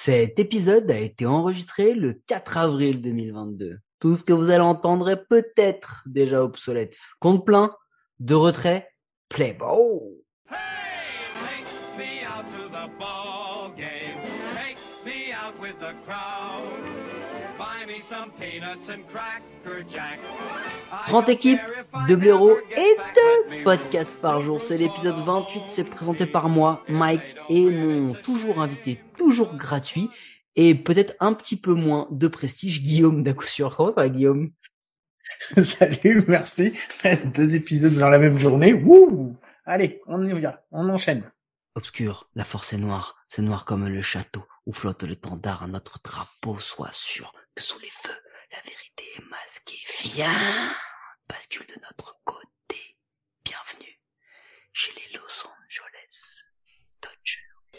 Cet épisode a été enregistré le 4 avril 2022. Tout ce que vous allez entendre est peut-être déjà obsolète. Compte plein, de retrait, play ball. Hey, take me out to the ball game. Take me out with the crowd. Buy me some peanuts and cracker jack. 30 équipes, 2 blaireaux et 2 podcasts par jour. C'est l'épisode 28, c'est présenté par moi, Mike, et mon toujours invité, toujours gratuit, et peut-être un petit peu moins de prestige, Guillaume d'à coup sûr. Comment ça va, Guillaume? Salut, merci. 2 épisodes dans la même journée. Wouh! Allez, on y va, on enchaîne. Obscur, la force est noire, c'est noir comme le château où flotte l'étendard à notre drapeau. Sois sûr que sous les feux, la vérité est masquée. Viens, bascule de notre côté. Bienvenue chez les Los Angeles Dodgers.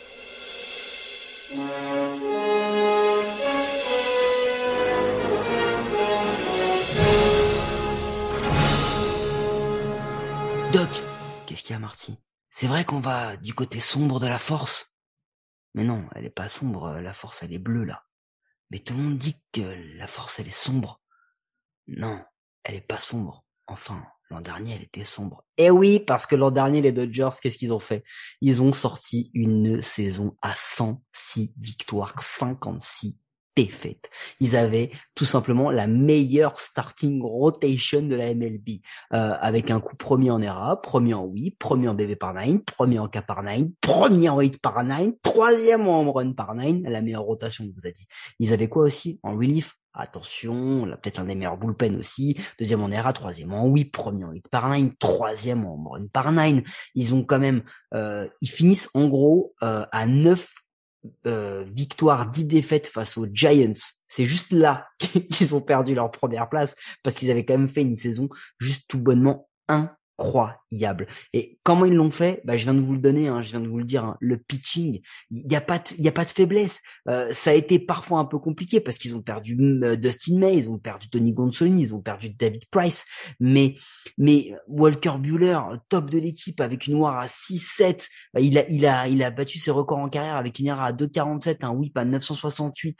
Doc, qu'est-ce qu'il y a, Marty? C'est vrai qu'on va du côté sombre de la force? Mais non, elle est pas sombre, la force elle est bleue là. Mais tout le monde dit que la force elle est sombre. Non, elle est pas sombre. Enfin, l'an dernier elle était sombre. Eh oui, parce que l'an dernier les Dodgers, qu'est-ce qu'ils ont fait? Ils ont sorti une saison à 106 victoires, 56 défaites. Ils avaient tout simplement la meilleure starting rotation de la MLB, avec un coup premier en ERA, premier en WHIP, premier en BB par 9, premier en K par 9, premier en hit par 9, troisième en home run par 9, la meilleure rotation que vous a dit. Ils avaient quoi aussi en relief? Attention, là peut-être un des meilleurs bullpen aussi, deuxième en ERA, troisième en WHIP, premier en hit par 9, troisième en home run par 9. Ils ont quand même, ils finissent en gros à 9 victoire, 10 défaites face aux Giants. C'est juste là qu'ils ont perdu leur première place parce qu'ils avaient quand même fait une saison juste tout bonnement incroyable. Et comment ils l'ont fait? Bah, je viens de vous le donner, je viens de vous le dire, le pitching, il y a pas de faiblesse. Ça a été parfois un peu compliqué parce qu'ils ont perdu Dustin May, ils ont perdu Tony Gonsolin, ils ont perdu David Price, mais Walker Buehler, top de l'équipe avec une WAR à 6-7, il a battu ses records en carrière avec une ERA à 2,47, un whip à 968,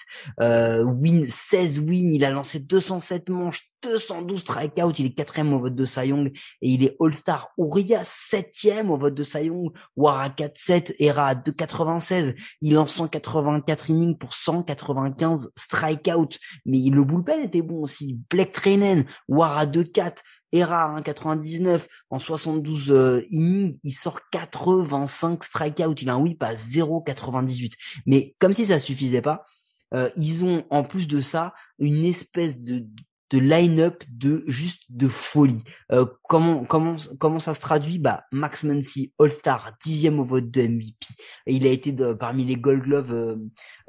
16 wins, il a lancé 207 manches, 212 strikeouts, il est quatrième au vote de Cy Young et il est All-Star. Urias, septième au vote de Cy Young, WAR à 4,7, ERA à 2,96, il lance 184 innings pour 195 strikeouts, mais le bullpen était bon aussi. Blake Treinen, WAR à 2,4, ERA 1,99 en 72 innings, il sort 85 strikeouts, il a un whip à 0,98. Mais comme si ça suffisait pas, ils ont en plus de ça une espèce de line-up de folie. Comment ça se traduit? Bah, Max Muncy, All-Star, 10e au vote de MVP. Il a été parmi les Gold Glove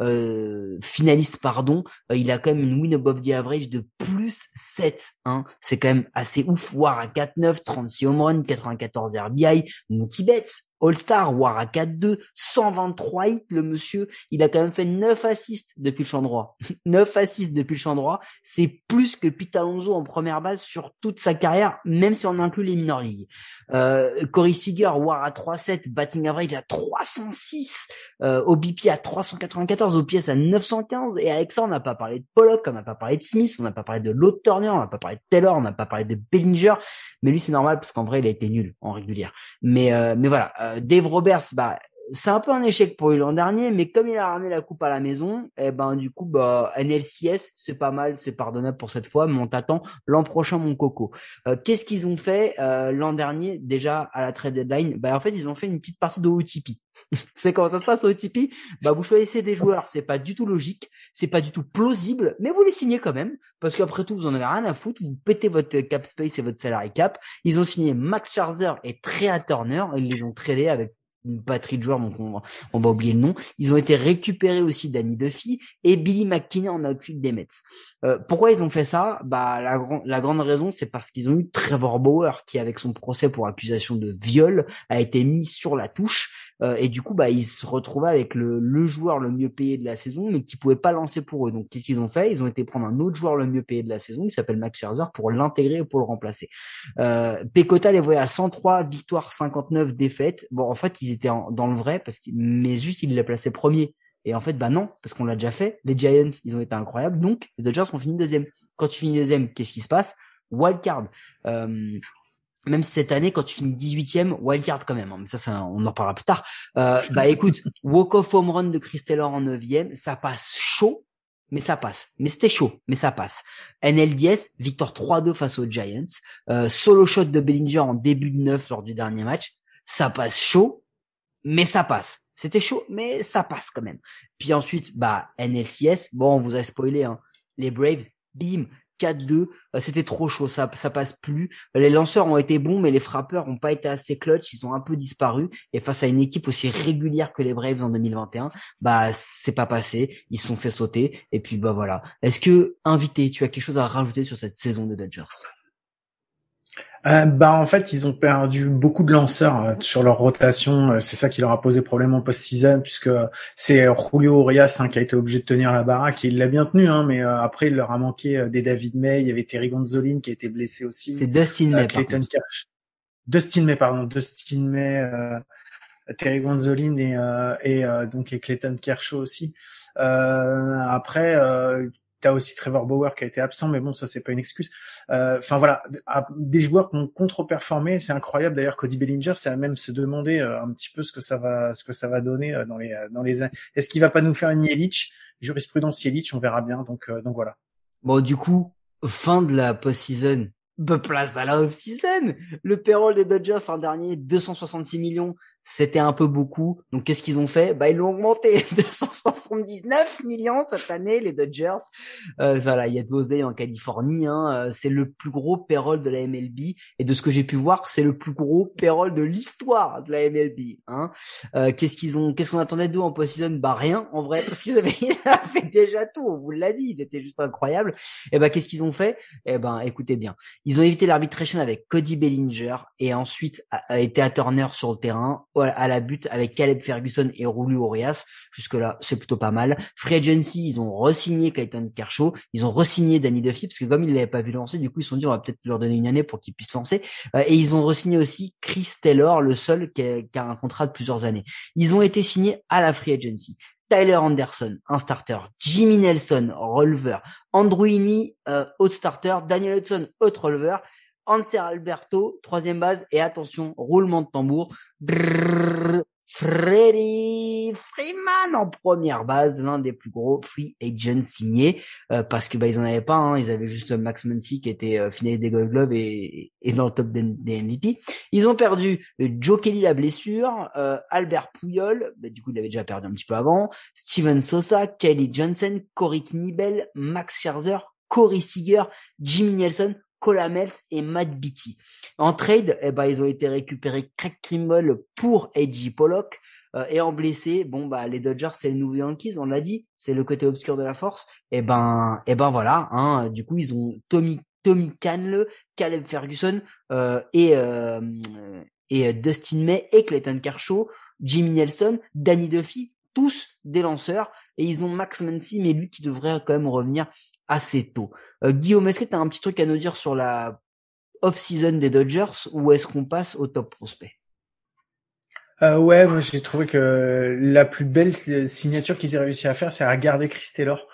finalistes, pardon. Il a quand même une win above the average de plus 7. C'est quand même assez ouf. WAR à 4,9, 36 home run, 94 RBI. Mookie Betts, All-Star, WAR à 4,2, 123 hits, le monsieur. Il a quand même fait 9 assists depuis le champ droit. 9 assists depuis le champ droit. C'est plus que Pete Alonso en première base sur toute sa carrière, même si on inclut les minor leagues. Corey Seager, WAR à 3,7, batting average à 306, OBP à 394, OPS à 915, et avec ça, on n'a pas parlé de Pollock, on n'a pas parlé de Smith, on n'a pas parlé de Lord Turner, on n'a pas parlé de Taylor, on n'a pas parlé de Bellinger, mais lui, c'est normal, parce qu'en vrai, il a été nul en régulière. Mais voilà, Dave Roberts, bah, c'est un peu un échec pour lui l'an dernier, mais comme il a ramené la coupe à la maison, eh ben du coup bah NLCS c'est pas mal, c'est pardonnable pour cette fois, mais on t'attend l'an prochain mon coco. Qu'est-ce qu'ils ont fait l'an dernier déjà à la trade deadline? Bah en fait ils ont fait une petite partie de OTP. C'est comment ça se passe au OTP? Bah vous choisissez des joueurs, c'est pas du tout logique, c'est pas du tout plausible, mais vous les signez quand même parce qu'après tout vous en avez rien à foutre, vous pétez votre cap space et votre salary cap. Ils ont signé Max Scherzer et Trea Turner, ils les ont tradés avec une batterie de joueurs, donc on va oublier le nom. Ils ont été récupérés aussi Danny Duffy et Billy McKinney en outfield des Mets. Pourquoi ils ont fait ça? Bah la grande raison, c'est parce qu'ils ont eu Trevor Bauer qui, avec son procès pour accusation de viol, a été mis sur la touche. Et du coup, bah ils se retrouvaient avec le joueur le mieux payé de la saison, mais qui pouvait pas lancer pour eux. Donc qu'est-ce qu'ils ont fait? Ils ont été prendre un autre joueur le mieux payé de la saison, qui s'appelle Max Scherzer, pour l'intégrer et pour le remplacer. Pecota les voyait à 103 victoires, 59 défaites. Bon, en fait, ils étaient dans le vrai mais juste ils les plaçaient premier. Et en fait, bah non, parce qu'on l'a déjà fait. Les Giants, ils ont été incroyables. Donc, les Dodgers ont fini deuxième. Quand tu finis deuxième, qu'est-ce qui se passe? Wild card. Même si cette année, quand tu finis 18e, wildcard quand même. Hein, mais ça, on en reparlera plus tard. Bah écoute, walk-off home run de Chris Taylor en 9e, ça passe chaud, mais ça passe. Mais c'était chaud, mais ça passe. NLDS, victoire 3-2 face aux Giants. Solo shot de Bellinger en début de 9 lors du dernier match. Ça passe chaud, mais ça passe. C'était chaud, mais ça passe quand même. Puis ensuite, bah NLCS, bon, on vous a spoilé, hein. Les Braves, bim, 4-2, c'était trop chaud, ça passe plus. Les lanceurs ont été bons, mais les frappeurs ont pas été assez clutch, ils ont un peu disparu. Et face à une équipe aussi régulière que les Braves en 2021, bah c'est pas passé, ils se sont fait sauter. Et puis bah voilà. Est-ce que, invité, tu as quelque chose à rajouter sur cette saison des Dodgers? En fait, ils ont perdu beaucoup de lanceurs sur leur rotation. C'est ça qui leur a posé problème en post-season, puisque c'est Julio Urias qui a été obligé de tenir la baraque. Et il l'a bien tenu, mais après, il leur a manqué des David May. Il y avait Terry Gonzolin qui a été blessé aussi. C'est Dustin May, Clayton Kershaw. Dustin May, Terry Gonzolin et Clayton Kershaw aussi. Après, t'as aussi Trevor Bauer qui a été absent, mais bon, ça c'est pas une excuse. Enfin voilà, des joueurs qui ont contre-performé, c'est incroyable. D'ailleurs, Cody Bellinger, c'est à même se demander un petit peu ce que ça va donner dans les. Est-ce qu'il va pas nous faire une Yelich, jurisprudence Yelich, on verra bien. Donc voilà. Bon, du coup, fin de la post-season. Place à la off-season. Le payroll des Dodgers en dernier, 266 millions. C'était un peu beaucoup. Donc, qu'est-ce qu'ils ont fait? Bah, ils l'ont augmenté. 279 millions cette année, les Dodgers. Voilà, il y a de l'oseille en Californie, hein. C'est le plus gros payroll de la MLB. Et de ce que j'ai pu voir, c'est le plus gros payroll de l'histoire de la MLB, hein. Qu'est-ce qu'on attendait d'eux en post-season? Bah, rien, en vrai, parce qu'ils avaient fait déjà tout. On vous l'a dit. Ils étaient juste incroyables. Et bah, qu'est-ce qu'ils ont fait? Eh ben, écoutez bien. Ils ont évité l'arbitration avec Cody Bellinger et ensuite a été à Turner sur le terrain, à la butte avec Caleb Ferguson et Julio Urias. Jusque-là, c'est plutôt pas mal. Free Agency, ils ont re-signé Clayton Kershaw, ils ont re-signé Danny Duffy, parce que comme ils l'avaient pas vu lancer, du coup, ils se sont dit, on va peut-être leur donner une année pour qu'ils puissent lancer. Et ils ont re-signé aussi Chris Taylor, le seul qui a un contrat de plusieurs années. Ils ont été signés à la Free Agency. Tyler Anderson, un starter. Jimmy Nelson, releveur. Andrew Heaney, autre starter. Daniel Hudson, autre releveur. Hanser Alberto, troisième base. Et attention, roulement de tambour. Freddie Freeman en première base, l'un des plus gros free agents signés, parce que ils en avaient pas, hein, ils avaient juste Max Muncy qui était finaliste des Gold Gloves et dans le top des MVP. Ils ont perdu Joe Kelly la blessure, Albert Puyol, du coup il avait déjà perdu un petit peu avant, Steven Sosa, Kelly Johnson, Corey Knebel, Max Scherzer, Corey Seager, Jimmy Nelson, Cole Hamels et Matt Beattie. En trade, ils ont été récupérés Craig Kimbrel pour A.J. Pollock, et en blessé, les Dodgers, c'est le nouveau Yankees, on l'a dit, c'est le côté obscur de la force. Voilà, hein, du coup, ils ont Tommy Kahnle, Caleb Ferguson, et Dustin May et Clayton Kershaw, Jimmy Nelson, Danny Duffy, tous des lanceurs, et ils ont Max Muncy, mais lui qui devrait quand même revenir assez tôt. Guillaume, est-ce que tu as un petit truc à nous dire sur la off-season des Dodgers ou est-ce qu'on passe au top prospect? Ouais, moi j'ai trouvé que la plus belle signature qu'ils aient réussi à faire, c'est à garder Chris Taylor.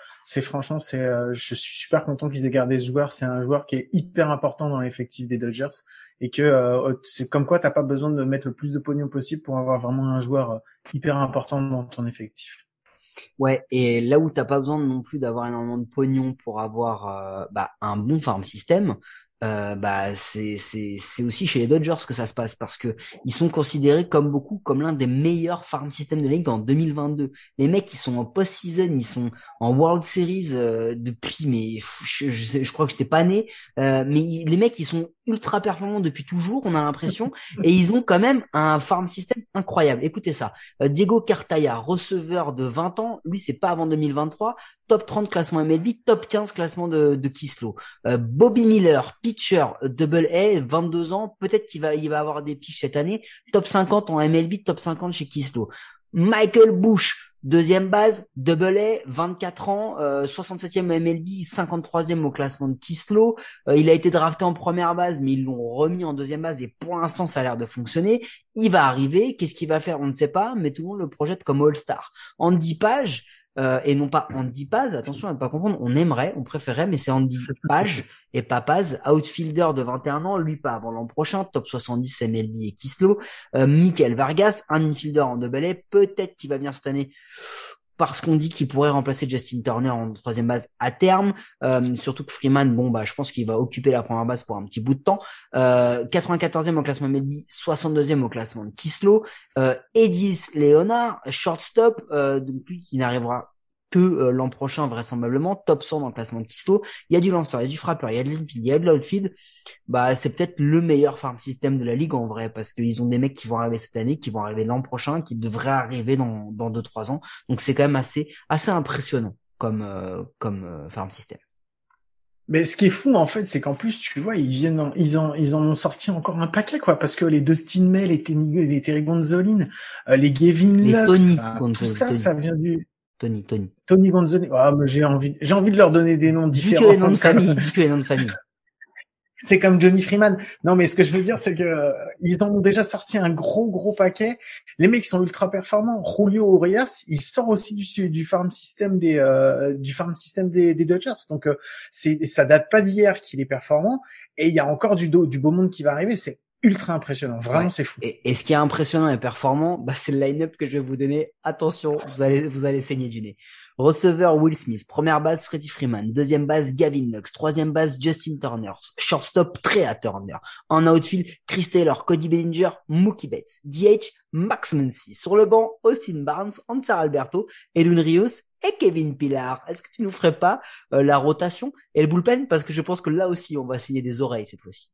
Je suis super content qu'ils aient gardé ce joueur. C'est un joueur qui est hyper important dans l'effectif des Dodgers et que c'est comme quoi t'as pas besoin de mettre le plus de pognon possible pour avoir vraiment un joueur hyper important dans ton effectif. Ouais, et là où t'as pas besoin non plus d'avoir énormément de pognon pour avoir un bon farm system, c'est aussi chez les Dodgers que ça se passe parce que ils sont considérés comme l'un des meilleurs farm systems de la ligue en 2022. Les mecs ils sont en post-season, ils sont en World Series depuis je crois que j'étais pas né, les mecs ils sont ultra performants depuis toujours, on a l'impression, et ils ont quand même un farm system incroyable. Écoutez ça, Diego Cartaya, receveur de 20 ans, lui c'est pas avant 2023, top 30 classement MLB, top 15 classement de Kislo. Bobby Miller, pitcher, double A, 22 ans, peut-être il va avoir des piches cette année, top 50 en MLB, top 50 chez Kislo. Michael Bush, Deuxième base, Double A, 24 ans, 67e au MLB, 53e au classement de Kislo. Il a été drafté en première base, mais ils l'ont remis en deuxième base et pour l'instant, ça a l'air de fonctionner. Il va arriver. Qu'est-ce qu'il va faire? On ne sait pas, mais tout le monde le projette comme All-Star. Andy Page, et non pas Andy Paz, attention à ne pas confondre, on préférait, mais c'est Andy Page et pas Paz, outfielder de 21 ans, lui pas avant l'an prochain, top 70 MLB et Kislo. Michael Vargas, un infielder en double A, peut-être qu'il va venir cette année parce qu'on dit qu'il pourrait remplacer Justin Turner en troisième base à terme, surtout que Freeman, je pense qu'il va occuper la première base pour un petit bout de temps. 94e au classement MLB, 62e au classement de Kislo. Eddie Leonard, shortstop, donc lui qui n'arrivera que l'an prochain vraisemblablement, top 100 dans le classement de Kislo. Il y a du lanceur, il y a du frappeur, il y a de l'infield, il y a de l'outfield. C'est peut-être le meilleur farm system de la ligue en vrai, parce qu'ils ont des mecs qui vont arriver cette année, qui vont arriver l'an prochain, qui devraient arriver dans 2-3 ans. Donc c'est quand même assez impressionnant comme farm system. Mais ce qui est fou, en fait, c'est qu'en plus, tu vois, ils en ont sorti encore un paquet, quoi, parce que les Dustin May, les Terry Gonzolin, les Gavin Lux, tout ça, ça vient du Tony Gonzolin. Mais j'ai envie de leur donner des noms différents. Dis que les noms de famille. C'est comme Johnny Freeman. Non, mais ce que je veux dire, c'est que ils en ont déjà sorti un gros paquet. Les mecs sont ultra performants. Julio Urias, il sort aussi du farm system des Dodgers. Donc ça date pas d'hier qu'il est performant. Et il y a encore du beau monde qui va arriver. C'est ultra impressionnant. Vraiment, c'est fou. Et ce qui est impressionnant et performant, c'est le line-up que je vais vous donner. Attention, vous allez saigner du nez. Receveur Will Smith, première base Freddie Freeman, deuxième base Gavin Lux, troisième base Justin Turner, shortstop Trea Turner, en outfield Chris Taylor, Cody Bellinger, Mookie Betts, DH Max Muncy, sur le banc Austin Barnes, Hanser Alberto, Edwin Rios et Kevin Pillar. Est-ce que tu nous ferais pas la rotation et le bullpen, parce que je pense que là aussi on va saigner des oreilles cette fois-ci.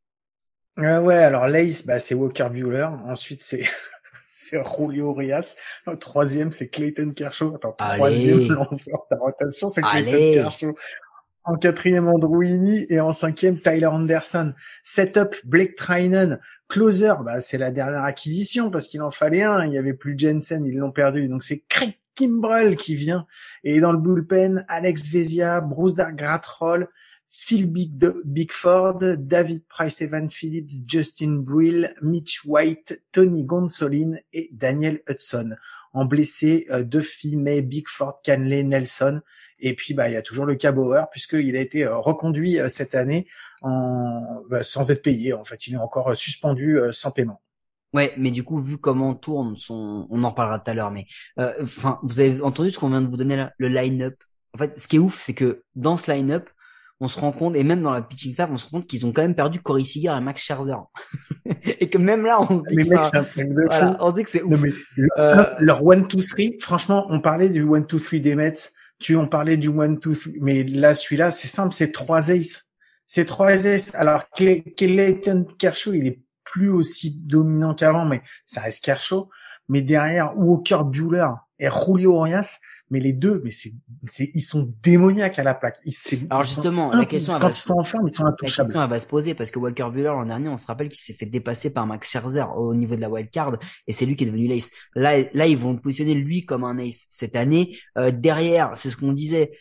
Ouais, alors l'Ace, c'est Walker Buehler. Ensuite, c'est Julio Urias. Le troisième, c'est Clayton Kershaw. Troisième lanceur de rotation, c'est Clayton Kershaw. En quatrième, Andrew Heaney. Et en cinquième, Tyler Anderson. Setup, Blake Trinan. Closer, c'est la dernière acquisition parce qu'il en fallait un. Il y avait plus Jensen, ils l'ont perdu. Donc c'est Craig Kimbrell qui vient. Et dans le bullpen, Alex Vezia, Bruce Graterol, Phil Bickford, David Price, Evan Phillips, Justin Brill, Mitch White, Tony Gonsolin et Daniel Hudson. En blessé, Duffy, May, Bickford, Canley, Nelson. Et puis, il y a toujours le cas Bauer puisqu'il a été reconduit cette année sans être payé. En fait, il est encore suspendu sans paiement. Ouais, mais du coup, vu comment tourne on en reparlera tout à l'heure, mais vous avez entendu ce qu'on vient de vous donner là, le line-up. En fait, ce qui est ouf, c'est que dans ce line-up, on se rend compte, et même dans la pitching staff, on se rend compte qu'ils ont quand même perdu Corey Seager et Max Scherzer. Et que même là, on se dit c'est un truc de fou. On se dit que c'est ouf. Non, mais leur 1-2-3, franchement, on parlait du 1-2-3 des Mets, on parlait du 1-2-3, mais là, celui-là, c'est simple, c'est 3 aces. C'est 3 aces. Alors, Clayton Kershaw, il est plus aussi dominant qu'avant, mais ça reste Kershaw. Mais derrière, Walker Buehler et Julio Urias, mais les deux, ils sont démoniaques à la plaque. Alors justement, la question quand ils sont en forme, ils sont intouchables. La question va se poser parce que Walker Buehler l'an dernier, on se rappelle qu'il s'est fait dépasser par Max Scherzer au niveau de la wild card et c'est lui qui est devenu l'ace. Là, ils vont positionner lui comme un ace cette année. Derrière, c'est ce qu'on disait.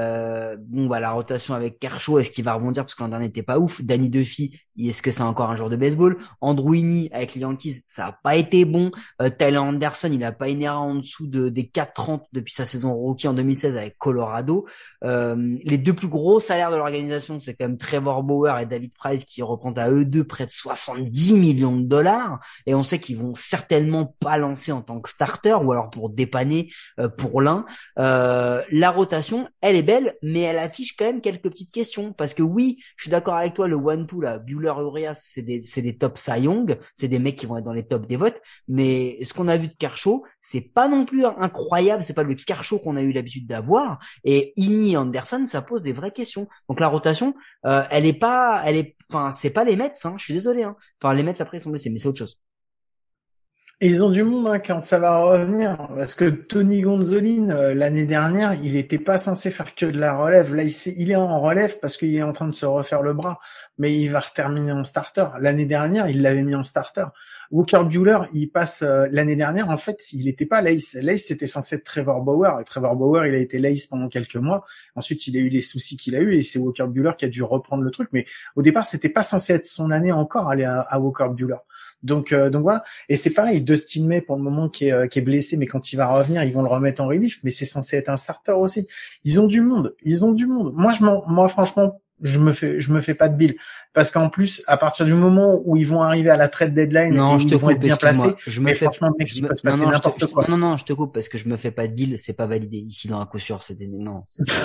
La rotation avec Kershaw, est-ce qu'il va rebondir parce que l'an dernier n'était pas ouf. Danny Duffy, est-ce que c'est encore un joueur de baseball? Andrew Heaney avec les Yankees, ça a pas été bon. Tyler Anderson, il a pas une ERA en dessous des 4,30 depuis sa saison rookie en 2016 avec Colorado. Les deux plus gros salaires de l'organisation, c'est quand même Trevor Bauer et David Price qui représentent à eux deux près de 70 millions de dollars. Et on sait qu'ils vont certainement pas lancer en tant que starter ou alors pour dépanner pour l'un. La rotation, elle est belle, mais elle affiche quand même quelques petites questions. Parce que oui, je suis d'accord avec toi, le 1-2, là, Buehler et Urias, c'est des top Cy Young, c'est des mecs qui vont être dans les tops des votes. Mais ce qu'on a vu de Kershaw, c'est pas non plus incroyable, c'est pas le Kershaw qu'on a eu l'habitude d'avoir. Et Heaney et Anderson, ça pose des vraies questions. Donc la rotation, c'est pas les Mets, je suis désolé. Enfin, les Mets après ils sont blessés, mais c'est autre chose. Et ils ont du monde hein, quand ça va revenir, parce que Tony Gonzolin l'année dernière, il était pas censé faire que de la relève. Là, il est en relève parce qu'il est en train de se refaire le bras, mais il va terminer en starter. L'année dernière, il l'avait mis en starter. Walker Buehler, il passe l'année dernière, en fait, il était pas Lace. Lace c'était censé être Trevor Bauer, et Trevor Bauer, il a été Lace pendant quelques mois. Ensuite, il a eu les soucis qu'il a eu, et c'est Walker Buehler qui a dû reprendre le truc. Mais au départ, c'était pas censé être son année encore aller à Walker Buehler. Donc voilà. Et c'est pareil, Dustin May pour le moment qui est blessé, mais quand il va revenir, ils vont le remettre en relief, mais c'est censé être un starter aussi. Ils ont du monde. Moi franchement, je me fais pas de bile parce qu'en plus, à partir du moment où ils vont arriver à la trade deadline et Non, où je te ils vont être coupe, bien placés, excuse-moi. mais franchement, mec, il peut se passer n'importe quoi. Non, non, je te coupe parce que je me fais pas de deal, c'est pas validé. Ici, dans la caution, non,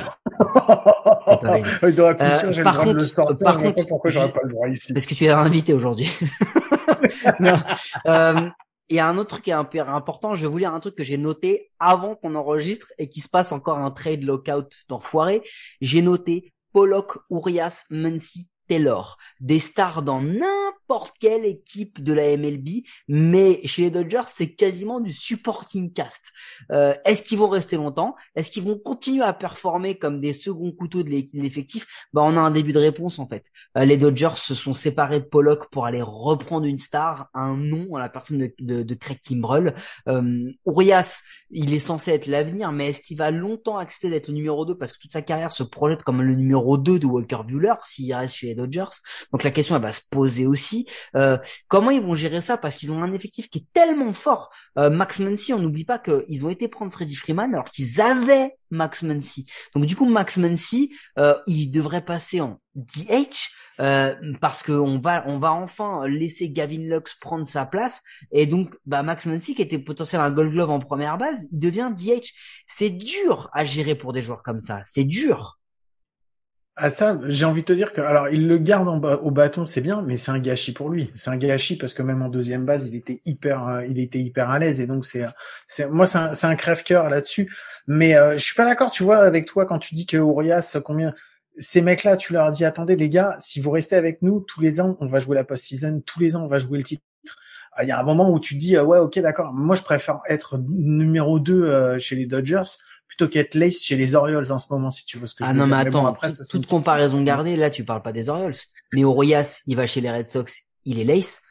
c'est pas validé. Dans la coup sûr, j'ai le droit de le sortir. Par Je vois pas contre, pourquoi j'aurais pas le droit ici. parce que tu es invité aujourd'hui. Non. Il y a un autre truc qui est un peu important. Je vais vous lire un truc que j'ai noté avant qu'on enregistre et qui se passe encore un trade lockout d'enfoiré. J'ai noté Pollock, Urias, Muncy, Taylor. Des stars dans n'importe quelle équipe de la MLB, mais chez les Dodgers, c'est quasiment du supporting cast. Est-ce qu'ils vont rester longtemps? Est-ce qu'ils vont continuer à performer comme des seconds couteaux de l'effectif? On a un début de réponse en fait. Les Dodgers se sont séparés de Pollock pour aller reprendre une star, un nom, à la personne de Craig Kimbrel. Urias, il est censé être l'avenir, mais est-ce qu'il va longtemps accepter d'être le numéro 2 parce que toute sa carrière se projette comme le numéro 2 de Walker Buehler s'il reste chez les Dodgers? Donc la question elle va se poser aussi. Comment ils vont gérer ça parce qu'ils ont un effectif qui est tellement fort. Max Muncy, on n'oublie pas qu'ils ont été prendre Freddie Freeman alors qu'ils avaient Max Muncy. Donc du coup Max Muncy, il devrait passer en DH parce que on va enfin laisser Gavin Lux prendre sa place et donc Max Muncy qui était potentiel un Gold Glove en première base, il devient DH. C'est dur à gérer pour des joueurs comme ça, c'est dur. Ah ça, j'ai envie de te dire que alors il le garde au bâton, c'est bien, mais c'est un gâchis pour lui. C'est un gâchis parce que même en deuxième base, il était hyper à l'aise et donc c'est un crève-cœur là-dessus. Mais je suis pas d'accord, tu vois, avec toi quand tu dis que Urias, combien ces mecs-là, tu leur dis attendez les gars, si vous restez avec nous tous les ans, on va jouer la post-season, tous les ans on va jouer le titre. Il y a un moment où tu te dis ouais ok d'accord, moi je préfère être numéro 2 chez les Dodgers plutôt qu'être Lace chez les Orioles en ce moment, si tu veux ce que je Ah veux non, dire. mais Mais bon, attends, après, ça, c'est une toute petite... comparaison gardée, là, tu parles pas des Orioles. Mais Urias, il va chez les Red Sox, il est Lace.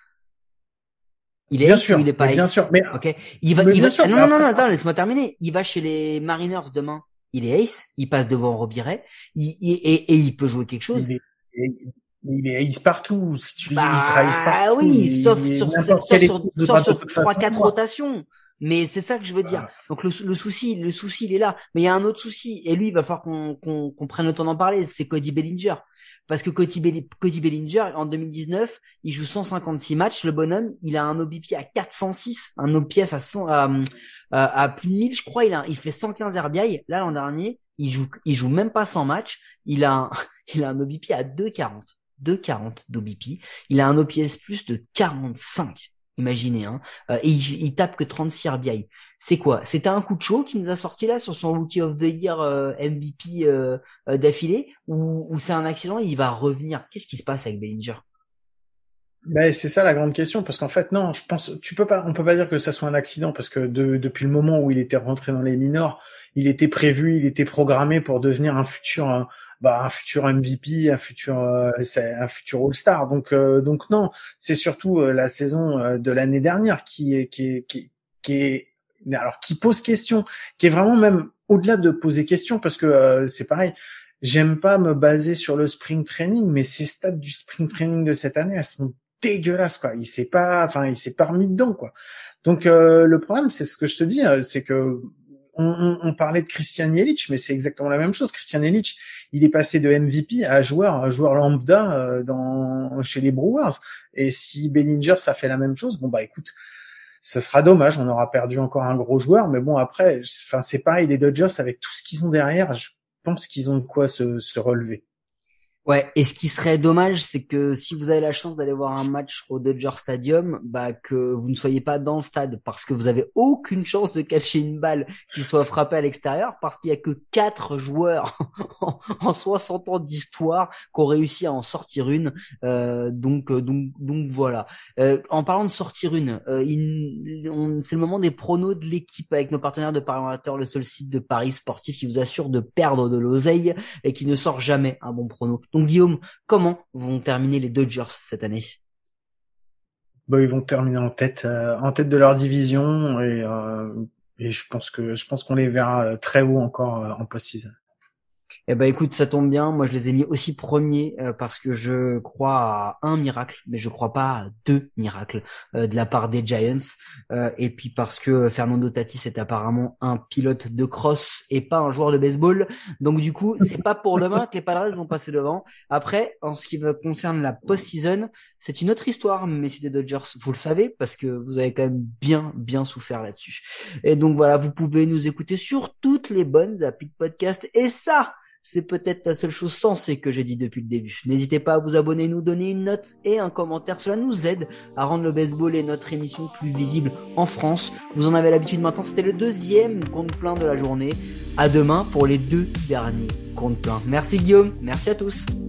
Il est Bien Ace ou il sûr, est pas bien Ace? sûr, Ok. mais bien sûr, Ah, non, mais non, non, après, non, attends, laisse-moi terminer. Il va chez les Mariners demain. Il est Ace. Il passe devant Robiret. Et il peut jouer quelque chose. il est, il est ace partout. Si tu, il sera ace partout. Oui, Il est n'importe quelle équipe sauf voudra de sur toute trois, façon. quatre rotations. Mais c'est ça que je veux dire. Voilà. Donc le souci, il est là. Mais il y a un autre souci. Et lui, il va falloir qu'on prenne le temps d'en parler. C'est Cody Bellinger. Parce que Cody Bellinger, en 2019, il joue 156 matchs. Le bonhomme, il a un OBP à 406, un OPS à plus de 1000, je crois. Il fait 115 RBI. Là, l'an dernier, il joue même pas 100 matchs. Il a un OBP à 2,40. 2,40 d'OBP. Il a un OPS plus de 45. Imaginez, hein. Et il tape que 36 RBI. C'est quoi? C'était un coup de chaud qui nous a sorti là sur son Rookie of the Year MVP d'affilée ou c'est un accident et il va revenir? Qu'est-ce qui se passe avec Bellinger? Ben, c'est ça la grande question, parce qu'en fait, non, je pense, on peut pas dire que ça soit un accident, parce que depuis le moment où il était rentré dans les minors, il était prévu, il était programmé pour devenir un futur MVP, un futur All-Star. Donc non, c'est surtout la saison de l'année dernière alors qui pose question, qui est vraiment même au-delà de poser question, parce que c'est pareil. J'aime pas me baser sur le spring training, mais ces stats du spring training de cette année, elles sont dégueulasse quoi. Il s'est pas remis dedans quoi. Donc le problème c'est ce que je te dis, c'est que on parlait de Christian Yelich, mais c'est exactement la même chose. Christian Yelich, il est passé de MVP à joueur lambda chez les Brewers. Et si Bellinger ça fait la même chose, bon bah écoute, ce sera dommage, on aura perdu encore un gros joueur, mais bon après, c'est pareil les Dodgers avec tout ce qu'ils ont derrière, je pense qu'ils ont de quoi se relever. Ouais, et ce qui serait dommage, c'est que si vous avez la chance d'aller voir un match au Dodger Stadium, bah que vous ne soyez pas dans le stade parce que vous avez aucune chance de catcher une balle qui soit frappée à l'extérieur parce qu'il y a que 4 joueurs en 60 ans d'histoire qui ont réussi à en sortir une. Donc voilà. En parlant de sortir une, c'est le moment des pronos de l'équipe avec nos partenaires de Paris Amateur, le seul site de paris sportif qui vous assure de perdre de l'oseille et qui ne sort jamais un bon prono. Donc Guillaume, comment vont terminer les Dodgers cette année? Bah, ils vont terminer en tête de leur division et je pense qu'on les verra très haut encore en post-season. Eh ben écoute, ça tombe bien. Moi, je les ai mis aussi premiers parce que je crois à un miracle, mais je crois pas à 2 miracles de la part des Giants. Et puis parce que Fernando Tatis est apparemment un pilote de cross et pas un joueur de baseball. Donc du coup, c'est pas pour demain que les Padres vont passer devant. Après, en ce qui concerne la post-season, c'est une autre histoire, messieurs des Dodgers. Vous le savez parce que vous avez quand même bien souffert là-dessus. Et donc voilà, vous pouvez nous écouter sur toutes les bonnes applis de podcast. Et ça, c'est peut-être la seule chose sensée que j'ai dit depuis le début. N'hésitez pas à vous abonner, nous donner une note et un commentaire. Cela nous aide à rendre le baseball et notre émission plus visible en France. Vous en avez l'habitude maintenant. C'était le 2e compte plein de la journée. À demain pour les 2 derniers comptes pleins. Merci Guillaume. Merci à tous.